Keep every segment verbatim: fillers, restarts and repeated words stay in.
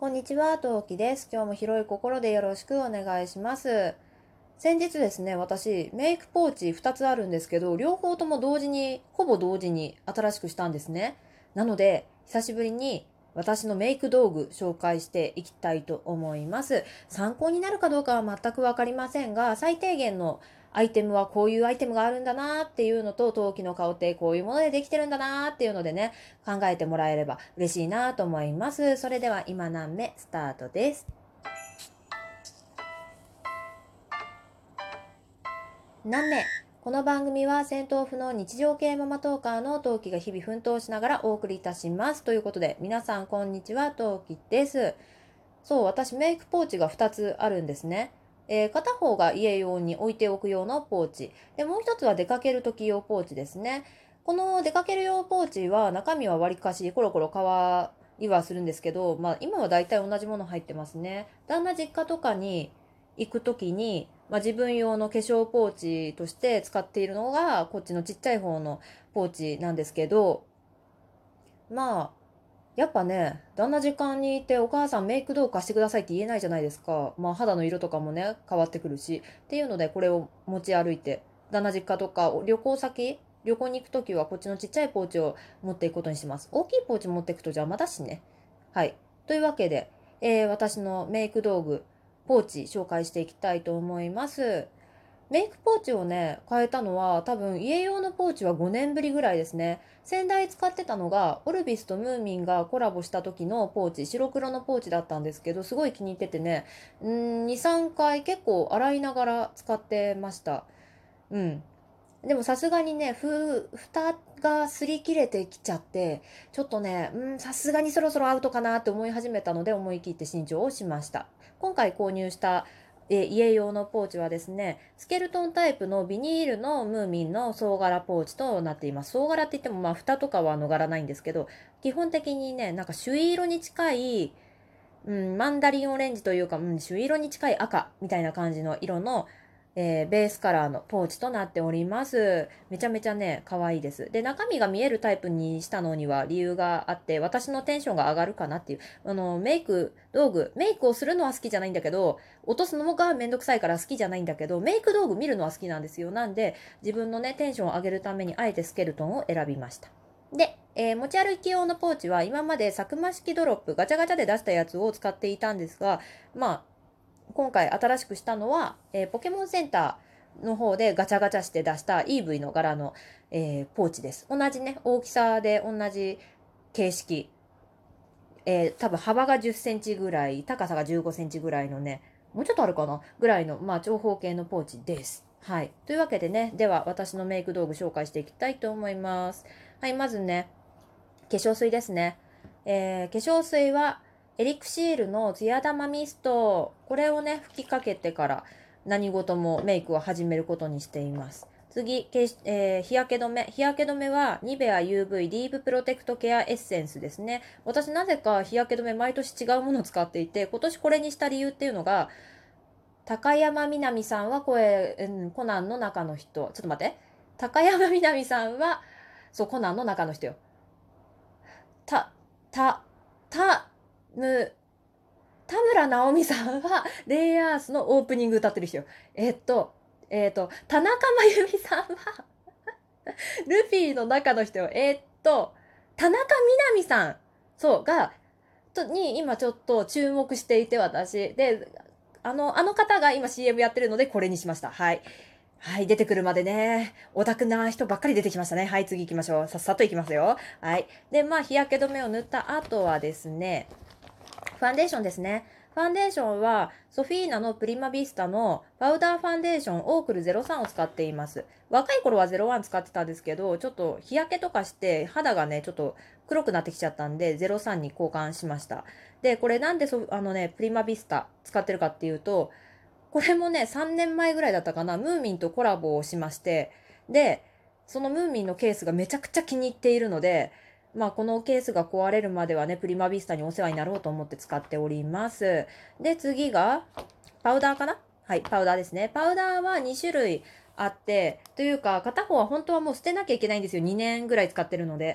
こんにちは、トウキです。今日も広い心でよろしくお願いします。先日ですね、私、メイクポーチふたつあるんですけど、両方とも同時に、ほぼ同時に新しくしたんですね。なので、久しぶりに私のメイク道具紹介していきたいと思います。参考になるかどうかは全くわかりませんが、最低限のアイテムはこういうアイテムがあるんだなっていうのと、陶器の顔ってこういうものでできてるんだなっていうのでね、考えてもらえれば嬉しいなと思います。それでは今何目スタートです。何目この番組は戦闘不能日常系ママトーカーの陶器が日々奮闘しながらお送りいたします。ということで、皆さんこんにちは、陶器です。そう、私メイクポーチがふたつあるんですね。えー片方が家用に置いておく用のポーチ。で、もう一つは出かける時用ポーチですね。この出かける用ポーチは中身はわりかしコロコロ変わりはするんですけど、まあ今はだいたい同じもの入ってますね。旦那実家とかに行く時に、まあ、自分用の化粧ポーチとして使っているのがこっちのちっちゃい方のポーチなんですけど、まあやっぱね、旦那時間にいてお母さんメイク道具貸してくださいって言えないじゃないですか。まあ肌の色とかもね、変わってくるし。っていうのでこれを持ち歩いて、旦那実家とか旅行先、旅行に行くときはこっちのちっちゃいポーチを持っていくことにします。大きいポーチ持っていくと邪魔だしね。はい。というわけで、えー私のメイク道具、ポーチ紹介していきたいと思います。メイクポーチをね、変えたのは多分家用のポーチはごねんぶりぐらいですね。先代使ってたのがオルビスとムーミンがコラボした時のポーチ、白黒のポーチだったんですけど、すごい気に入っててね、うーん、に、さんかい結構洗いながら使ってました。うん。でもさすがにね、ふ、蓋が擦り切れてきちゃって、ちょっとね、うん、さすがにそろそろアウトかなって思い始めたので思い切って新調をしました。今回購入したえ家用のポーチはですね、スケルトンタイプのビニールのムーミンの総柄ポーチとなっています。総柄って言ってもまあ蓋とかはあの柄ないんですけど、基本的にね、なんか朱色に近い、うん、マンダリンオレンジというか、うん、朱色に近い赤みたいな感じの色の、えーベースカラーのポーチとなっております。めちゃめちゃね、可愛いです。で、中身が見えるタイプにしたのには理由があって、私のテンションが上がるかなっていう。あの、メイク道具、メイクをするのは好きじゃないんだけど、落とすのがめんどくさいから好きじゃないんだけど、メイク道具見るのは好きなんですよ。なんで、自分のね、テンションを上げるためにあえてスケルトンを選びました。で、えー持ち歩き用のポーチは今までサクマ式ドロップ、ガチャガチャで出したやつを使っていたんですが、まあ、今回新しくしたのは、えーポケモンセンターの方でガチャガチャして出した イーブイ の柄の、えーポーチです。同じね、大きさで同じ形式、えー多分幅がじゅっセンチぐらい、高さがじゅうごセンチぐらいのね、もうちょっとあるかなぐらいの、まあ、長方形のポーチです。はい。というわけでね、では私のメイク道具紹介していきたいと思います。はい、まずね、化粧水ですね。えー化粧水はエリクシールのツヤ玉ミスト。これをね、吹きかけてから何事もメイクを始めることにしています。次、けえー日焼け止め。日焼け止めはニベア ユーブイ ディーププロテクトケアエッセンスですね。私なぜか日焼け止め毎年違うものを使っていて、今年これにした理由っていうのが、高山みなみさんはこれ、うん、コナンの中の人。ちょっと待って。高山みなみさんは、そう、コナンの中の人よ。た、た、た、む、田村直美さんは、レイアースのオープニング歌ってる人よ。えっと、えっと、田中真由美さんは、ルフィの中の人よ。えっと、田中みな実さん、そう、が、と、に今ちょっと注目していて、私。で、あの、あの方が今 シーエム やってるので、これにしました。はい。はい、出てくるまでね、オタクな人ばっかり出てきましたね。はい、次行きましょう。さっさと行きますよ。はい。で、まあ、日焼け止めを塗った後はですね、ファンデーションですね。ファンデーションは、ソフィーナのプリマビスタのパウダーファンデーションオークルゼロさんを使っています。若い頃はゼロワン使ってたんですけど、ちょっと日焼けとかして肌がね、ちょっと黒くなってきちゃったんで、ゼロさんに交換しました。で、これなんでそ、あのね、プリマビスタ使ってるかっていうと、これもね、さんねんまえぐらいだったかな、ムーミンとコラボをしまして、で、そのムーミンのケースがめちゃくちゃ気に入っているので、まあこのケースが壊れるまではね、プリマビスタにお世話になろうと思って使っております。で、次が、パウダーかなはい、パウダーですね。パウダーはに種類あって、というか、片方は本当はもう捨てなきゃいけないんですよ。にねんぐらい使ってるので。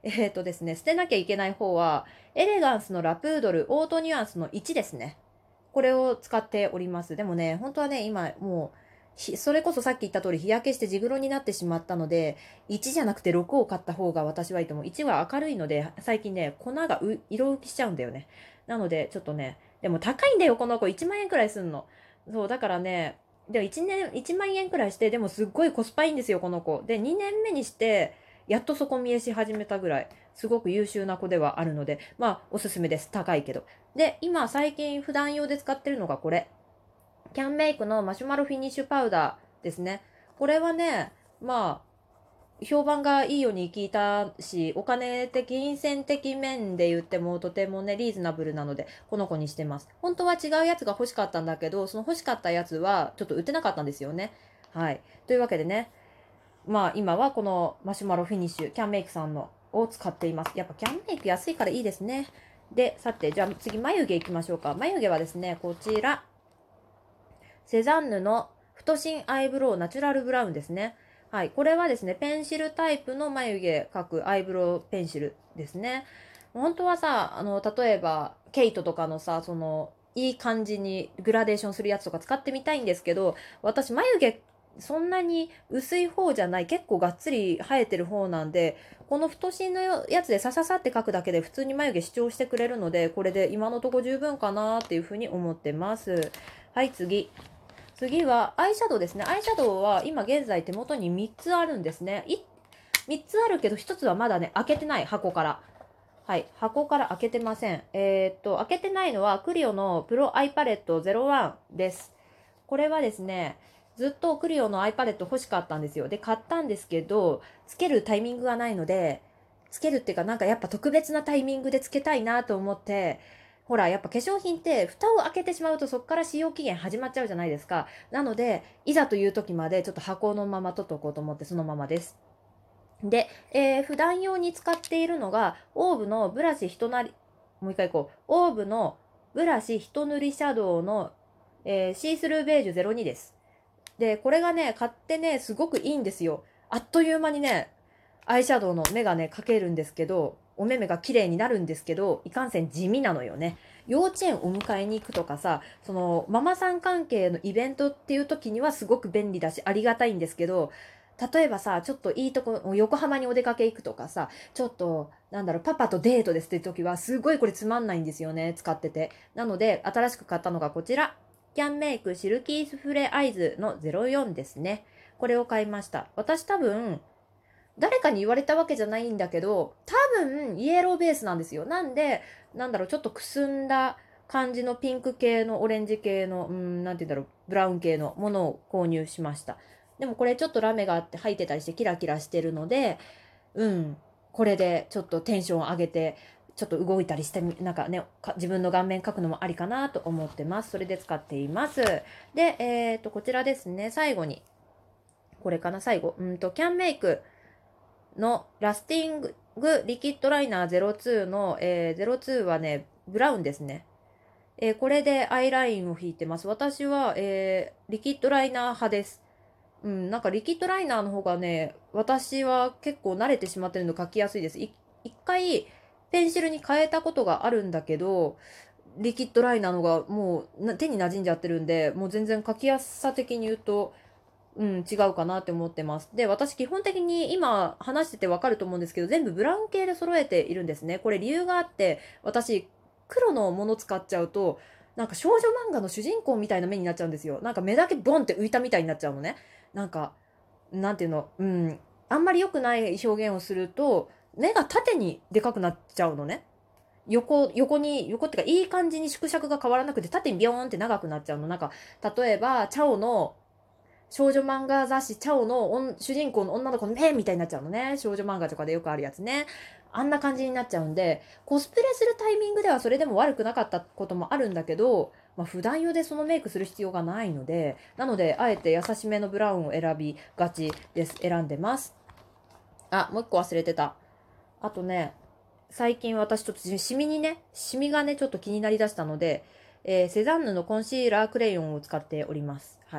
えっとですね、捨てなきゃいけない方は、エレガンスのラプードルオートニュアンスのいちですね。これを使っております。でもね、本当はね、今もう、それこそさっき言った通り日焼けして地黒になってしまったので、いちじゃなくてろくを買った方が私はいいと思う。いちは明るいので、最近ね、粉がう色浮きしちゃうんだよね。なので、ちょっとね、でも高いんだよ、この子。いちまん円くらいすんの。そう、だからね、でもいちねん、いちまん円くらいして、でもすっごいコスパいいんですよ、この子。で、にねんめにして、やっと底見えし始めたぐらい、すごく優秀な子ではあるので、まあ、おすすめです。高いけど。で、今、最近普段用で使ってるのがこれ。キャンメイクのマシュマロフィニッシュパウダーですね。これはね、まあ、評判がいいように聞いたし、お金的、金銭的面で言ってもとてもね、リーズナブルなので、この子にしてます。本当は違うやつが欲しかったんだけど、その欲しかったやつはちょっと売ってなかったんですよね。はい。というわけでね、まあ今はこのマシュマロフィニッシュ、キャンメイクさんのを使っています。やっぱキャンメイク安いからいいですね。で、さて、じゃあ次眉毛いきましょうか。眉毛はですね、こちら。セザンヌの太芯アイブロウナチュラルブラウンですね。はい。これはですね、ペンシルタイプの眉毛描くアイブロウペンシルですね。本当はさ、あの、例えば、ケイトとかのさ、その、いい感じにグラデーションするやつとか使ってみたいんですけど、私、眉毛、そんなに薄い方じゃない、結構がっつり生えてる方なんで、この太芯のやつでさささって描くだけで普通に眉毛主張してくれるので、これで今のとこ十分かなっていうふうに思ってます。はい、次。次はアイシャドウですね。アイシャドウは今現在手元にみっつあるんですね。みっつあるけどひとつはまだね、開けてない、箱から。はい、箱から開けてません。えー、っと、開けてないのはクリオのプロアイパレットゼロワンです。これはですね、ずっとクリオのアイパレット欲しかったんですよ。で、買ったんですけど、つけるタイミングがないので、つけるっていうかなんかやっぱ特別なタイミングでつけたいなと思って、ほら、やっぱ化粧品って蓋を開けてしまうとそこから使用期限始まっちゃうじゃないですか。なので、いざという時までちょっと箱のまま取っとこうと思ってそのままです。で、えー、普段用に使っているのが、オーブのブラシ一なり、もう一回いこう。オーブのブラシ一塗りシャドウの、えー、シースルーベージュゼロにです。で、これがね、買ってね、すごくいいんですよ。あっという間にね、アイシャドウの目がね、描けるんですけど、お目目が綺麗になるんですけど、いかんせん地味なのよね。幼稚園お迎えに行くとかさ、その、ママさん関係のイベントっていう時にはすごく便利だし、ありがたいんですけど、例えばさ、ちょっといいとこ、横浜にお出かけ行くとかさ、ちょっと、なんだろう、パパとデートですって時は、すごいこれつまんないんですよね、使ってて。なので、新しく買ったのがこちら。キャンメイクシルキースフレアイズのゼロよんですね。これを買いました。私多分、誰かに言われたわけじゃないんだけど、多分イエローベースなんですよ。なんで、なんだろう、ちょっとくすんだ感じのピンク系のオレンジ系の、うん、なんて言うんだろう、ブラウン系のものを購入しました。でもこれちょっとラメがあって入ってたりしてキラキラしてるので、うん、これでちょっとテンションを上げて、ちょっと動いたりしてみ、なんかね、か自分の顔面描くのもありかなと思ってます。それで使っています。で、えっと、こちらですね、最後に、これかな、最後、うんと、キャンメイクのラスティングリキッドライナーゼロツーの、えー、ゼロツーはね、ブラウンですね。えーこれでアイラインを引いてます。私は、えーリキッドライナー派です。うん、なんかリキッドライナーの方がね、私は結構慣れてしまってるの描きやすいです。い一回ペンシルに変えたことがあるんだけど、リキッドライナーのがもう手に馴染んじゃってるんで、もう全然描きやすさ的に言うと、うん、違うかなって思ってます。で、私基本的に今話しててわかると思うんですけど、全部ブラウン系で揃えているんですね。これ理由があって、私、黒のもの使っちゃうと、なんか少女漫画の主人公みたいな目になっちゃうんですよ。なんか目だけボンって浮いたみたいになっちゃうのね。なんか、なんていうの、うん、あんまり良くない表現をすると、目が縦にでかくなっちゃうのね。横、横に、横ってかいい感じに縮尺が変わらなくて縦にビヨーンって長くなっちゃうの。なんか、例えば、チャオの少女漫画雑誌チャオの主人公の女の子の目みたいになっちゃうのね。少女漫画とかでよくあるやつね。あんな感じになっちゃうんで、コスプレするタイミングではそれでも悪くなかったこともあるんだけど、まあ、普段用でそのメイクする必要がないので、なので、あえて優しめのブラウンを選びがちです。選んでます。あ、もう一個忘れてた。あとね、最近私ちょっとシミにね、シミがね、ちょっと気になりだしたので、えーセザンヌのコンシーラークレヨンを使っております。はい。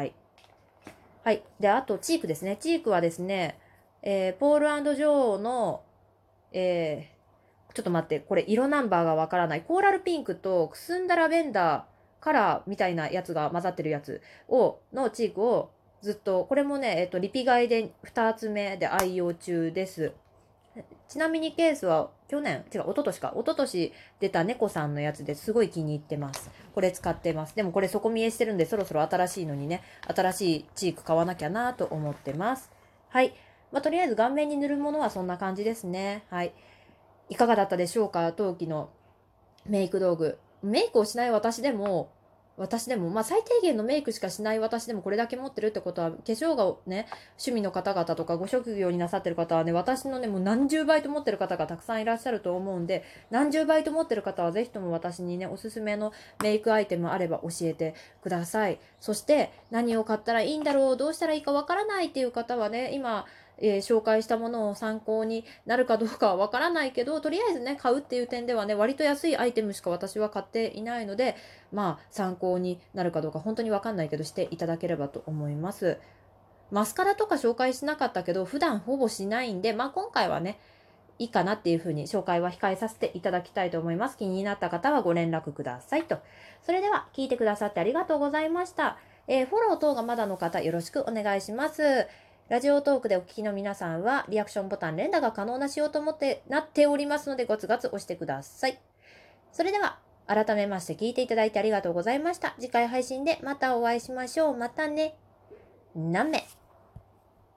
はい。で、あと、チークですね。チークはですね、えーポールジョーのえー、ちょっと待って、これ色ナンバーがわからない。コーラルピンクとくすんだラベンダーカラーみたいなやつが混ざってるやつを、のチークをずっと、これもね、えっと、リピ買いでふたつめで愛用中です。ちなみにケースは去年、違う、一昨年か。一昨年出た猫さんのやつですごい気に入ってます。これ使ってます。でもこれ底見えしてるんで、そろそろ新しいのにね、新しいチーク買わなきゃなと思ってます。はい。まあ、とりあえず顔面に塗るものはそんな感じですね。はい。いかがだったでしょうか、陶器のメイク道具。メイクをしない私でも、私でも、まあ最低限のメイクしかしない私でもこれだけ持ってるってことは、化粧がね、趣味の方々とかご職業になさってる方はね、私のね、もう何十倍と持ってる方がたくさんいらっしゃると思うんで、何十倍と持ってる方はぜひとも私にね、おすすめのメイクアイテムあれば教えてください。そして何を買ったらいいんだろう、どうしたらいいかわからないっていう方はね、今、えー紹介したものを参考になるかどうかはわからないけど、とりあえずね、買うっていう点ではね、割と安いアイテムしか私は買っていないので、まあ、参考になるかどうか本当にわかんないけど、していただければと思います。マスカラとか紹介しなかったけど、普段ほぼしないんで、まあ今回はね、いいかなっていうふうに紹介は控えさせていただきたいと思います。気になった方はご連絡くださいと。それでは、聞いてくださってありがとうございました。えーフォロー等がまだの方、よろしくお願いします。ラジオトークでお聞きの皆さんは、リアクションボタン連打が可能な仕様と思ってなっておりますので、ゴツガツ押してください。それでは、改めまして聞いていただいてありがとうございました。次回配信でまたお会いしましょう。またね。なめ。